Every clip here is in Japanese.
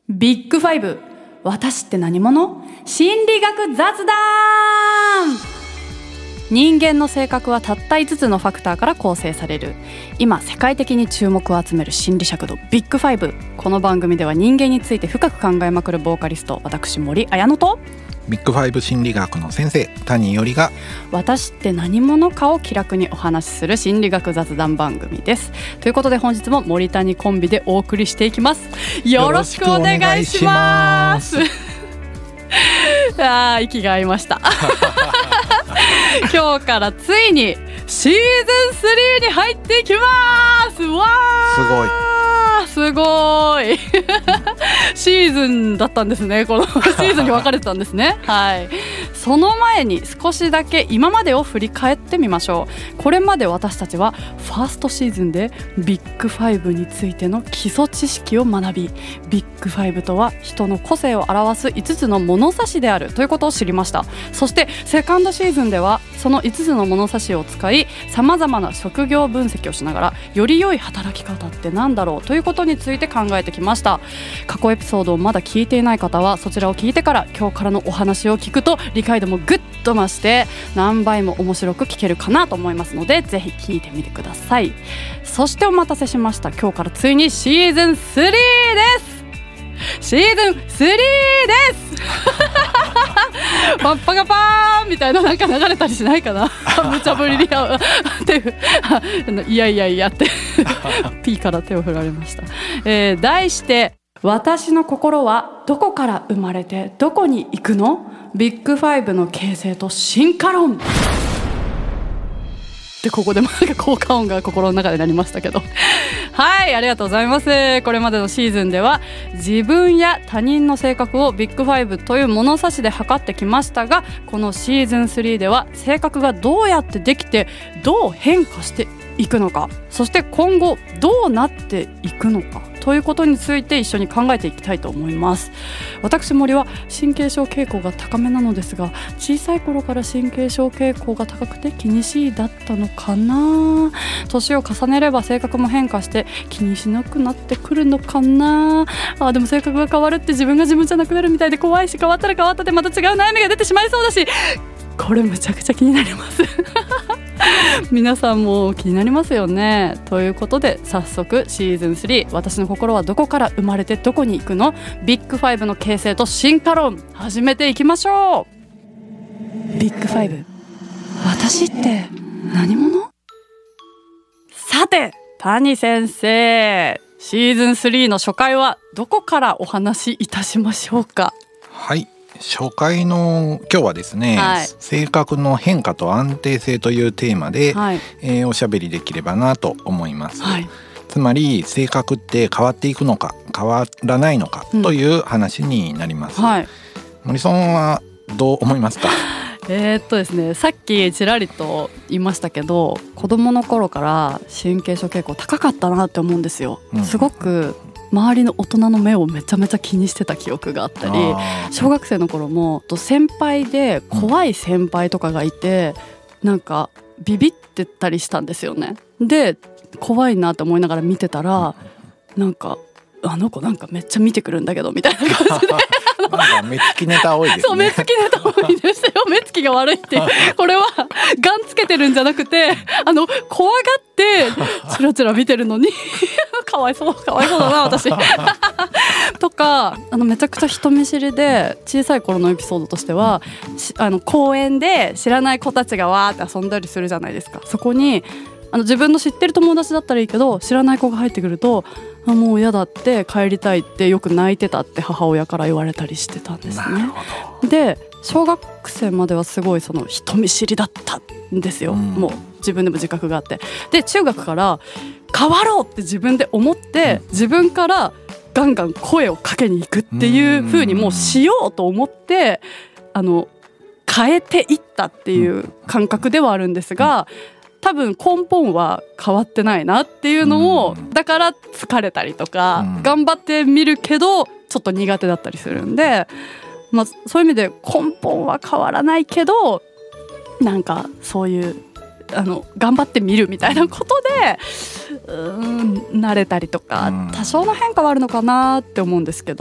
ビッグファイブ、私って何者？心理学雑談。人間の性格はたった5つのファクターから構成される。今世界的に注目を集める心理尺度ビッグファイブ。この番組では人間について深く考えまくるボーカリスト、私森彩乃とビッグファイブ心理学の先生谷伊織が私って何者かを気楽にお話しする心理学雑談番組です。ということで本日も森谷コンビでお送りしていきます。よろしくお願いします。息が合いました今日からついにシーズン3に入っていきます。わー、すごいシーズンだったんですね。このシーズンに分かれてたんですね。はい。その前に少しだけ今までを振り返ってみましょう。これまで私たちはファーストシーズンでビッグファイブについての基礎知識を学び、ビッグファイブとは人の個性を表す5つの物差しであるということを知りました。そしてセカンドシーズンではその5つの物差しを使い、さまざまな職業分析をしながらより良い働き方って何だろうということについて考えてきました。過去エピソードをまだ聞いていない方はそちらを聞いてから今日からのお話を聞くと理解度もぐっと増して何倍も面白く聞けるかなと思いますので、ぜひ聞いてみてください。そしてお待たせしました。今日からついにシーズン3です。シーズン3ですパッパカパーンみたいな、なんか流れたりしないかな無茶ぶりにいやいやいやってP から手を振られました。題して私の心はどこから生まれてどこに行くの？ビッグファイブの形成と進化論で、ここでもなんか効果音が心の中で鳴りましたけどはい、ありがとうございます。これまでのシーズンでは自分や他人の性格をビッグファイブという物差しで測ってきましたが、このシーズン3では性格がどうやってできてどう変化していくのか、そして今後どうなっていくのかということについて一緒に考えていきたいと思います。私森は神経症傾向が高めなのですが、小さい頃から神経症傾向が高くて気にしいだったのかな。年を重ねれば性格も変化して気にしなくなってくるのかな。でも性格が変わるって自分が自分じゃなくなるみたいで怖いし、変わったら変わったでまた違う悩みが出てしまいそうだし、これむちゃくちゃ気になります皆さんも気になりますよね。ということで早速シーズン3、私の心はどこから生まれてどこに行くの？ビッグファイブの形成と進化論、始めていきましょう。ビッグファイブ、私って何者？さて谷先生、シーズン3の初回はどこからお話しいたしましょうか？ はい、初回の今日はですね、性格の変化と安定性というテーマで、おしゃべりできればなと思います。つまり性格って変わっていくのか変わらないのかという話になります。森さんはどう思いますか？ ですね、さっきちらりと言いましたけど、子供の頃から神経症傾向高かったなって思うんですよ。すごく周りの大人の目をめちゃめちゃ気にしてた記憶があったり、小学生の頃も先輩で怖い先輩とかがいて、なんかビビってたりしたんですよね。で怖いなって思いながら見てたら、なんかあの子なんかめっちゃ見てくるんだけどみたいな感じでなんか目つきネタ多いですね。そう、 目つきネタ多いですよ。目つきが悪いってこれはガンつけてるんじゃなくて、怖がってチラチラ見てるのにかわいそうだな私とか、めちゃくちゃ人見知りで、小さい頃のエピソードとしては公園で知らない子たちがわーって遊んだりするじゃないですか。そこに自分の知ってる友達だったらいいけど知らない子が入ってくると、もう嫌だって帰りたいってよく泣いてたって母親から言われたりしてたんですね。で小学生まではすごいその人見知りだったんですよ。もう自分でも自覚があって、で中学から変わろうって自分で思って、自分からガンガン声をかけに行くっていう風にもうしようと思って変えていったっていう感覚ではあるんですが、多分根本は変わってないなっていうのを、だから疲れたりとか、頑張ってみるけどちょっと苦手だったりするんで、そういう意味で根本は変わらないけど、なんかそういう頑張ってみるみたいなことで慣れたりとか、多少の変化はあるのかなって思うんですけど、ど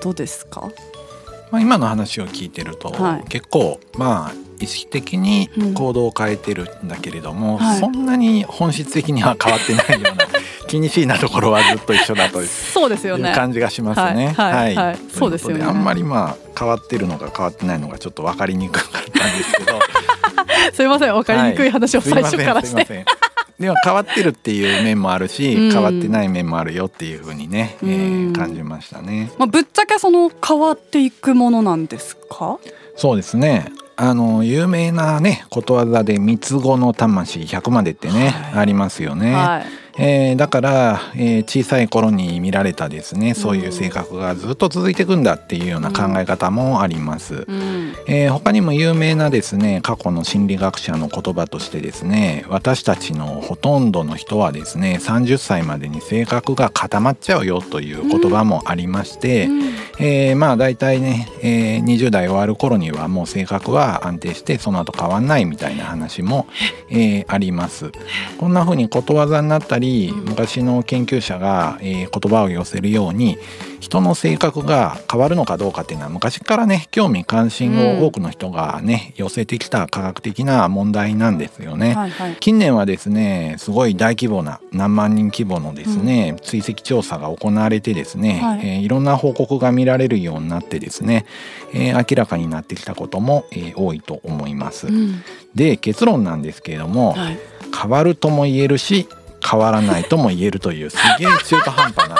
ことですか？ 今の話を聞いてると、結構意識的に行動を変えてるんだけれども、そんなに本質的には変わってないような気にしいなところはずっと一緒だという感じがしますね。 そうですよね。 あんまり変わってるのか変わってないのかちょっと分かりにくかったんですけどすいません、分かりにくい話を最初からして、 でも変わってるっていう面もあるし、変わってない面もあるよっていうふうにね、感じましたね。 ぶっちゃけ変わっていくものなんですか？ そうですね、有名なねことわざで三つ子の魂100までってね、ありますよね。だから、小さい頃に見られたですね、そういう性格がずっと続いていくんだっていうような考え方もあります。他にも有名なですね過去の心理学者の言葉としてですね、私たちのほとんどの人はですね30歳までに性格が固まっちゃうよという言葉もありまして、だいたいね、20代終わる頃にはもう性格は安定してその後変わんないみたいな話も、あります。こんな風にことわざになったり、昔の研究者が、言葉を寄せるように人の性格が変わるのかどうかっていうのは昔からね興味関心を多くの人がね寄せてきた科学的な問題なんですよね。近年はですねすごい大規模な何万人規模のですね、追跡調査が行われてですね、いろんな報告が見られるようになってですね、明らかになってきたことも、多いと思います。で結論なんですけれども、変わるとも言えるし変わらないとも言えるというすげえ中途半端な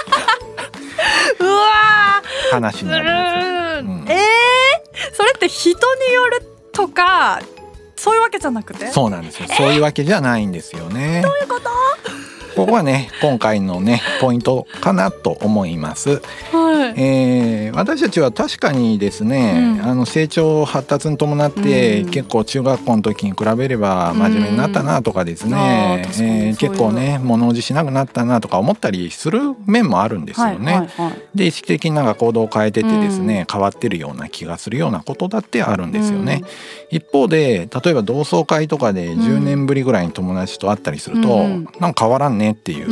話になります。 それって人によるとかそういうわけじゃなくて？ そうなんですよ。そういうわけじゃないんですよね。 どういうこと？ ここはね今回のねポイントかなと思います。私たちは確かにですね、成長発達に伴って、結構中学校の時に比べれば真面目になったなとかですね、結構ね物おじしなくなったなとか思ったりする面もあるんですよね。で意識的に行動を変えててですね、変わってるような気がするようなことだってあるんですよね。一方で例えば同窓会とかで10年ぶりぐらいに友達と会ったりすると、なんか変わらんねっていう、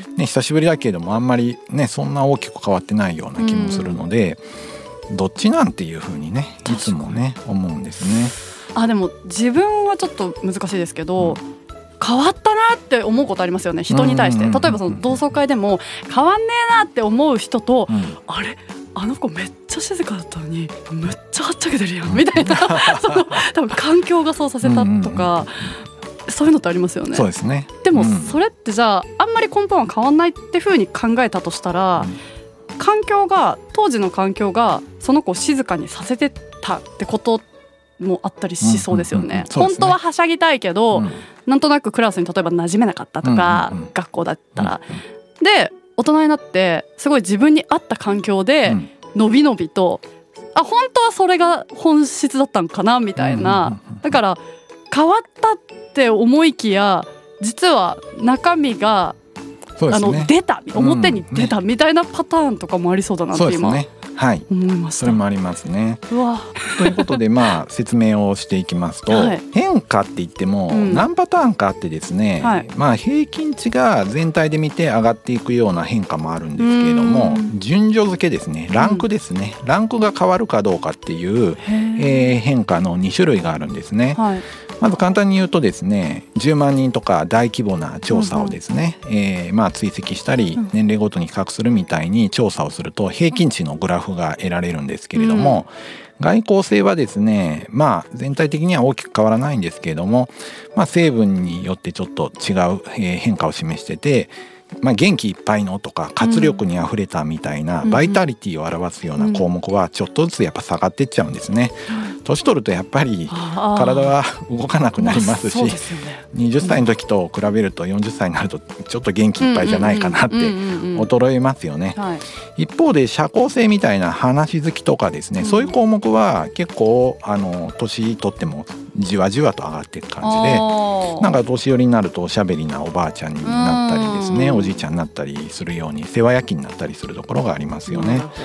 久しぶりだけれどもあんまりねそんな大きく変わってないような気もするので、どっちなんていう風にねいつもね思うんですね。 でも自分はちょっと難しいですけど、変わったなって思うことありますよね、人に対して。例えばその同窓会でも変わんねえなって思う人と、あれあの子めっちゃ静かだったのにめっちゃはっちゃけてるやんみたいな多分環境がそうさせたとか、そういうのってありますよね。 そうですね。 でもそれってじゃああんまり根本は変わんないって風に考えたとしたら、当時の環境がその子を静かにさせてたってこともあったりしそうですよね。本当ははしゃぎたいけど、なんとなくクラスに例えば馴染めなかったとか、学校だったら、で大人になってすごい自分に合った環境でのびのびと、本当はそれが本質だったんかなみたいな。だから変わったって思いきや実は中身が出た、表に出たみたいなパターンとかもありそうだなって今思いました。 それもありますね。ということで説明をしていきますと、変化って言っても何パターンかあってですね、平均値が全体で見て上がっていくような変化もあるんですけれども、順序付けですね、ランクですね、ランクが変わるかどうかっていう、変化の2種類があるんですね。まず簡単に言うとですね、10万人とか大規模な調査をですね、追跡したり年齢ごとに比較するみたいに調査をすると平均値のグラフが得られるんですけれども、外交性はですね、全体的には大きく変わらないんですけれども、成分によってちょっと違う変化を示してて、元気いっぱいのとか活力にあふれたみたいなバイタリティを表すような項目はちょっとずつやっぱ下がっていっちゃうんですね。年取るとやっぱり体は動かなくなりますし、20歳の時と比べると40歳になるとちょっと元気いっぱいじゃないかなって衰えますよね。一方で社交性みたいな話好きとかですね、そういう項目は結構年取ってもじわじわと上がっていく感じで、なんか年寄りになるとおしゃべりなおばあちゃんになったりですね、おじいちゃんになったりするように世話焼きになったりするところがありますよね。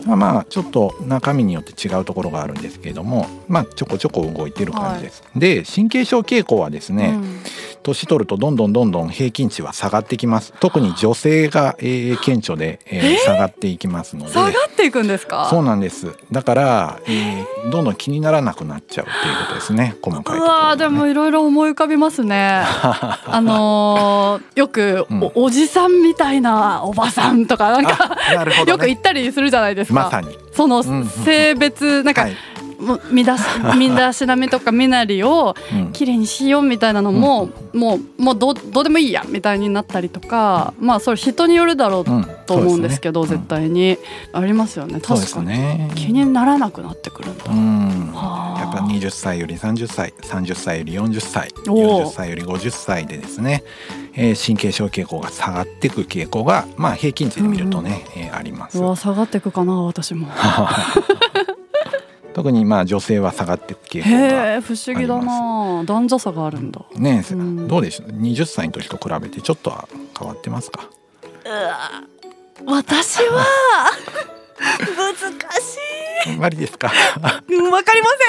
まあちょっと中身によって違うところがあるんですけれども、まあちょこちょこ動いてる感じです。で神経症傾向はですね、年取るとどんどん平均値は下がってきます。特に女性が、顕著で、下がっていきますので。 下がっていくんですか？ そうなんです。だから、どんどん気にならなくなっちゃうっていうことですね。細かいところ、ね、 うわでもいろいろ思い浮かびますね。よく、おじさんみたいなおばさんとかなんかなるほど、ね、よく言ったりするじゃないですか。 まさにその性別なんか、はい、身だしなみとか身なりをきれいにしようみたいなのも、もうどうでもいいやみたいになったりとか、まあそれ人によるだろうと思うんですけど、絶対にありますよね。確かに気にならなくなってくるんだ。 やっぱ20歳より30歳30歳より40歳40歳より50歳でですね、神経症傾向が下がっていく傾向が、まあ、平均値で見るとね、あります。 下がっていくかな私も。 特にまあ女性は下がっていく傾向があります。 不思議だな。男女差があるんだね。どうでしょう。20歳の時と比べてちょっとは変わってますか？ 私は難しい。 無理ですか？ わかりま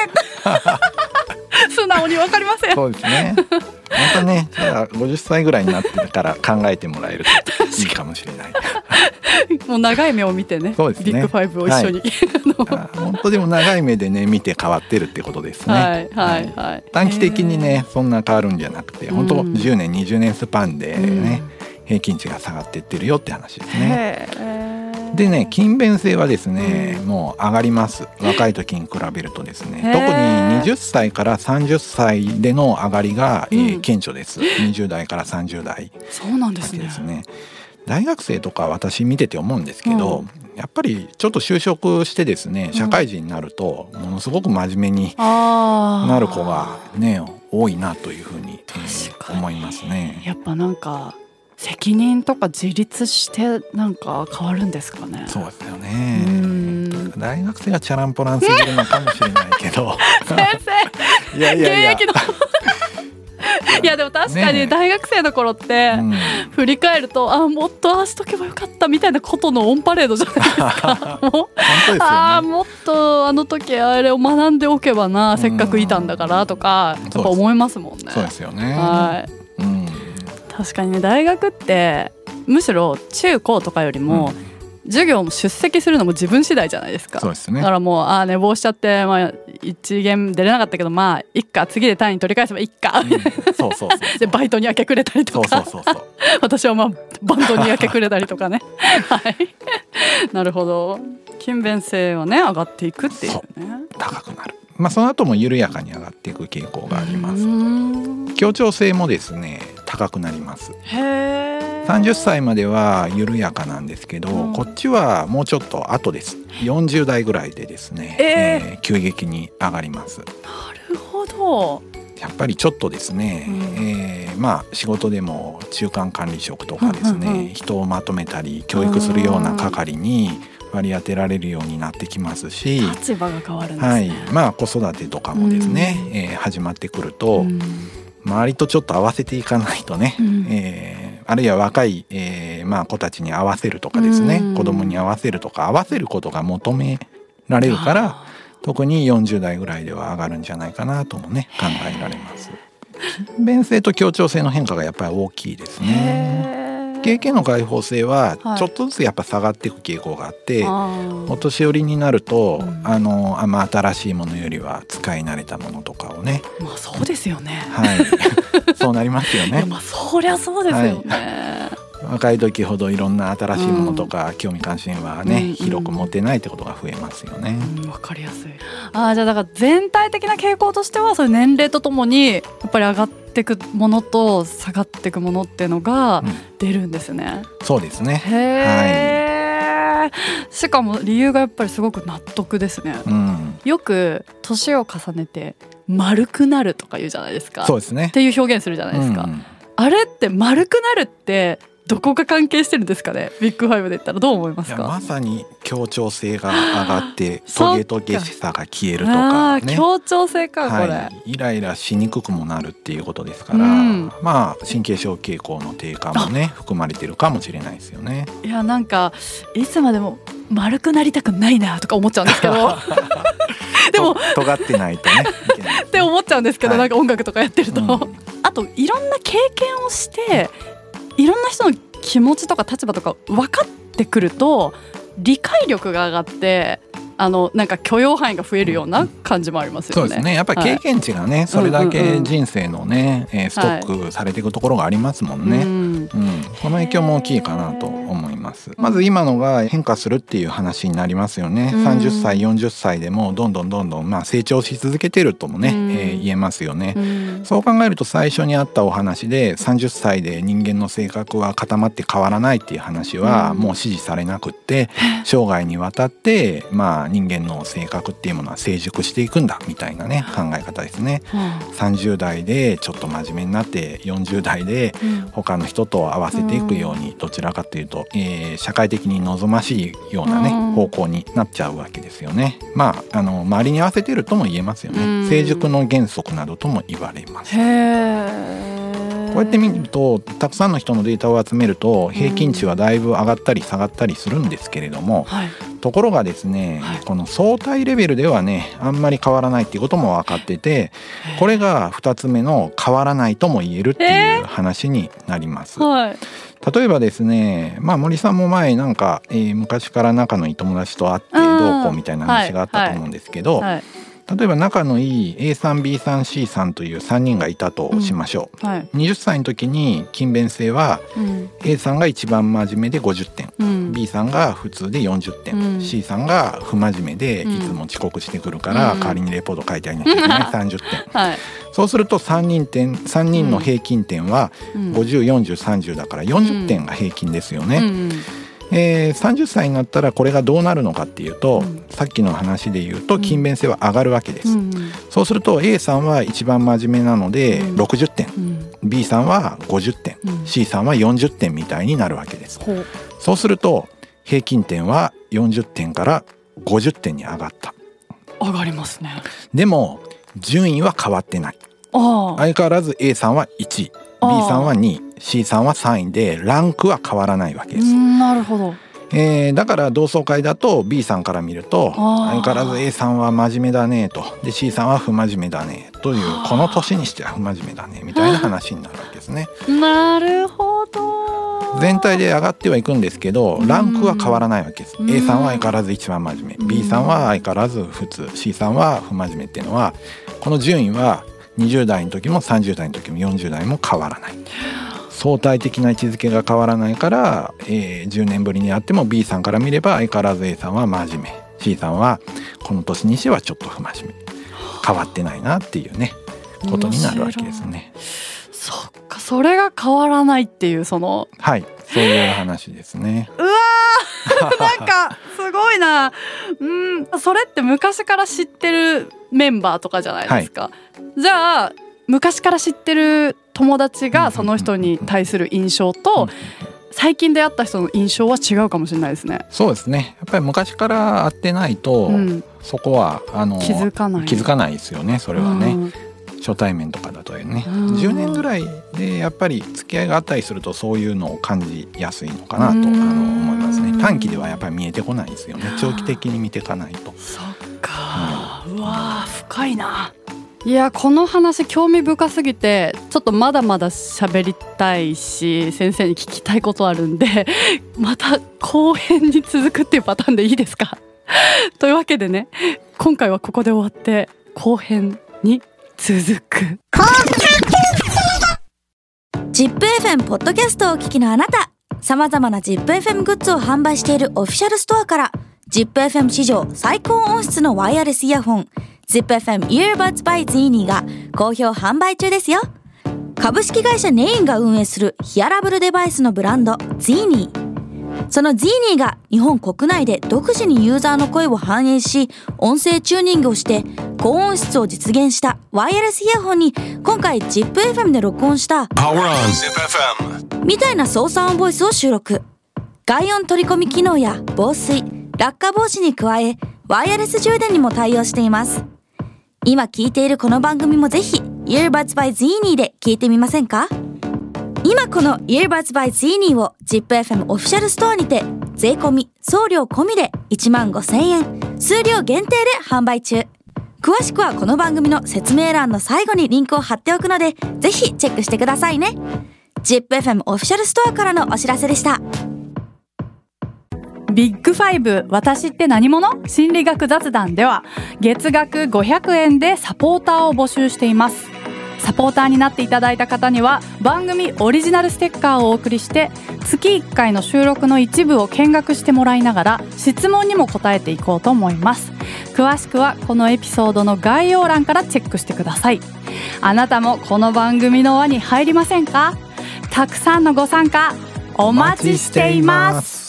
せん。素直にわかりません。 そうですね。またね、じゃあ50歳ぐらいになってから考えてもらえるといいかもしれない。 もう長い目を見てね。そうですね。ビッグファイブを一緒に。 本当でも長い目でね見て変わってるってことですね。短期的にねそんな変わるんじゃなくて、本当10年20年スパンでね、平均値が下がっていってるよって話ですね。でね、勤勉性はですね、もう上がります。若い時に比べるとですね、特に20歳から30歳での上がりが、顕著です。20代から30代。 そうなんですね。 大学生とか私見てて思うんですけど、やっぱりちょっと就職してですね、社会人になるとものすごく真面目になる子がね多いなというふうに、思いますね。 やっぱなんか責任とか自立してなんか変わるんですかね。 そうですよね。大学生がチャランポランすぎるのかもしれないけど先生現役のいやでも確かに大学生の頃って振り返ると、もっとああしとけばよかったみたいなことのオンパレードじゃないですか。もっとあの時あれを学んでおけばな、せっかくいたんだからとかやっぱ思いますもんね。 そうですよね。 確かにね、大学ってむしろ中高とかよりも、授業も出席するのも自分次第じゃないですか。 そうですね。 だからもう寝坊しちゃって、一限出れなかったけどいっか、次で単位取り返せばいっか、でバイトに明け暮れたりとか、私はバンドに明け暮れたりとかね。はい、なるほど。勤勉性はね上がっていくっていうね。 高くなる。その後も緩やかに上がっていく傾向があります。協調性もですね高くなります。30歳までは緩やかなんですけど、こっちはもうちょっと後です。40代ぐらいでですね、急激に上がります。 なるほど。 やっぱりちょっとですね、仕事でも中間管理職とかですね、人をまとめたり教育するような係に割り当てられるようになってきますし、 立場が変わるんですね。 子育てとかもですね、始まってくると、周りとちょっと合わせていかないとね、あるいは若い、子たちに合わせるとかですね、子供に合わせるとか合わせることが求められるから、特に40代ぐらいでは上がるんじゃないかなともね考えられます。勤勉性と協調性の変化がやっぱり大きいですね。経験の開放性はちょっとずつやっぱ下がっていく傾向があって、お年寄りになると、新しいものよりは使い慣れたものとかをね、 そうですよね。 そうなりますよね。 そりゃそうですよね。 若い時ほどいろんな新しいものとか興味関心はね、広く持てないってことが増えますよね。 わかりやすい。じゃあだから全体的な傾向としては、そういう年齢とともにやっぱり上がっていくものと下がっていくものっていうのが出るんですね。 そうですね。 しかも理由がやっぱりすごく納得ですね。よく年を重ねて丸くなるとか言うじゃないですか。 そうですね。 っていう表現するじゃないですか。あれって丸くなるってどこが関係してるんですかね。ビッグファイブで言ったらどう思いますか。 いやまさに協調性が上がってトゲトゲしさが消えるとかね。 協調性か、これ、 はい、イライラしにくくもなるっていうことですから、まあ神経症傾向の低下もね含まれてるかもしれないですよね。 いやなんかいつまでも丸くなりたくないなとか思っちゃうんですけどでも尖ってないとねいけないって思っちゃうんですけど、なんか音楽とかやってると、あといろんな経験をしていろんな人の気持ちとか立場とか分かってくると理解力が上がってなんか許容範囲が増えるような感じもありますよね。 そうですね。やっぱり経験値がね、それだけ人生のね、ストックされていくところがありますもんね。その影響も大きいかなと思います。まず今のが変化するっていう話になりますよね。30歳40歳でもどんどん成長し続けてるともね、言えますよね。そう考えると最初にあったお話で30歳で人間の性格は固まって変わらないっていう話はもう支持されなくって、生涯にわたって人間の性格っていうものは成熟していくんだみたいなね考え方ですね。30代でちょっと真面目になって40代で他の人と合わせていくように、どちらかというと、社会的に望ましいようなね方向になっちゃうわけですよね。周りに合わせているとも言えますよね。成熟の原則などとも言われます。こうやって見るとたくさんの人のデータを集めると平均値はだいぶ上がったり下がったりするんですけれども、ところがですね、この相対レベルではねあんまり変わらないっていうことも分かってて、これが2つ目の変わらないとも言えるっていう話になります。例えばですね、森さんも前なんか、昔から仲のいい友達と会ってどうこうみたいな話があったと思うんですけど、例えば仲のいい A さん B さん C さんという3人がいたとしましょう。20歳の時に勤勉性は A さんが一番真面目で50点、B さんが普通で40点、C さんが不真面目でいつも遅刻してくるから代わりにレポート書いてあげなきゃいけない30点。そうすると3人の平均点は50、40、30だから40点が平均ですよね。30歳になったらこれがどうなるのかっていうと、さっきの話で言うと勤勉性は上がるわけです。そうすると A さんは一番真面目なので60点、B さんは50点、C さんは40点みたいになるわけです。そうすると平均点は40点から50点に上がった。 上がりますね。 でも順位は変わってない。相変わらず A さんは1位、B さんは2位、C さんは3位でランクは変わらないわけです。 なるほど。 だから同窓会だと B さんから見ると相変わらず A さんは真面目だねと、で C さんは不真面目だねという、この年にしては不真面目だねみたいな話になるわけですね。 なるほど。 全体で上がってはいくんですけどランクは変わらないわけです。A さんは相変わらず一番真面目、B さんは相変わらず普通、C さんは不真面目っていうのは、この順位は20代の時も30代の時も40代も変わらない。相対的な位置づけが変わらないから、10年ぶりに会っても B さんから見れば相変わらず A さんは真面目、 C さんはこの年にしてはちょっと不真面目、変わってないなっていうねことになるわけですね。 そっか、それが変わらないっていうはいそういう話ですね。 うわなんかすごいな。それって昔から知ってるメンバーとかじゃないですか。じゃあ昔から知ってる友達がその人に対する印象と最近出会った人の印象は違うかもしれないですね。 そうですね。やっぱり昔から会ってないと、そこは気づかないですよね。それはね、初対面とかだとね、10年ぐらいでやっぱり付き合いがあったりするとそういうのを感じやすいのかなと思いますね。短期ではやっぱり見えてこないですよね。長期的に見ていかないと。 そっか、うわ深いな。いやこの話興味深すぎてちょっとまだまだ喋りたいし先生に聞きたいことあるんでまた後編に続くっていうパターンでいいですかというわけでね、今回はここで終わって後編に続く。 ZIPFM ポッドキャストをお聞きのあなた、様々な ZIPFM グッズを販売しているオフィシャルストアから ZIPFM 史上最高音質のワイヤレスイヤホンZIPFM Earbuds by Zini が好評販売中ですよ。株式会社ネインが運営するヒアラブルデバイスのブランド Zini。 その Zini が日本国内で独自にユーザーの声を反映し、音声チューニングをして高音質を実現したワイヤレスイヤホンに今回 ZIPFM で録音したみたいな操作音ボイスを収録。外音取り込み機能や防水、落下防止に加え、ワイヤレス充電にも対応しています。今聞いているこの番組もぜひ Earbuds by Zini で聞いてみませんか？今この Earbuds by Zini を ZIPFM オフィシャルストアにて税込み送料込みで15,000円、数量限定で販売中。詳しくはこの番組の説明欄の最後にリンクを貼っておくので、ぜひチェックしてくださいね。 ZIPFM オフィシャルストアからのお知らせでした。 ビッグファイブ、私って何者？心理学雑談では月額500円でサポーターを募集しています。サポーターになっていただいた方には番組オリジナルステッカーをお送りして、月1回の収録の一部を見学してもらいながら質問にも答えていこうと思います。詳しくはこのエピソードの概要欄からチェックしてください。あなたもこの番組の輪に入りませんか？たくさんのご参加お待ちしています。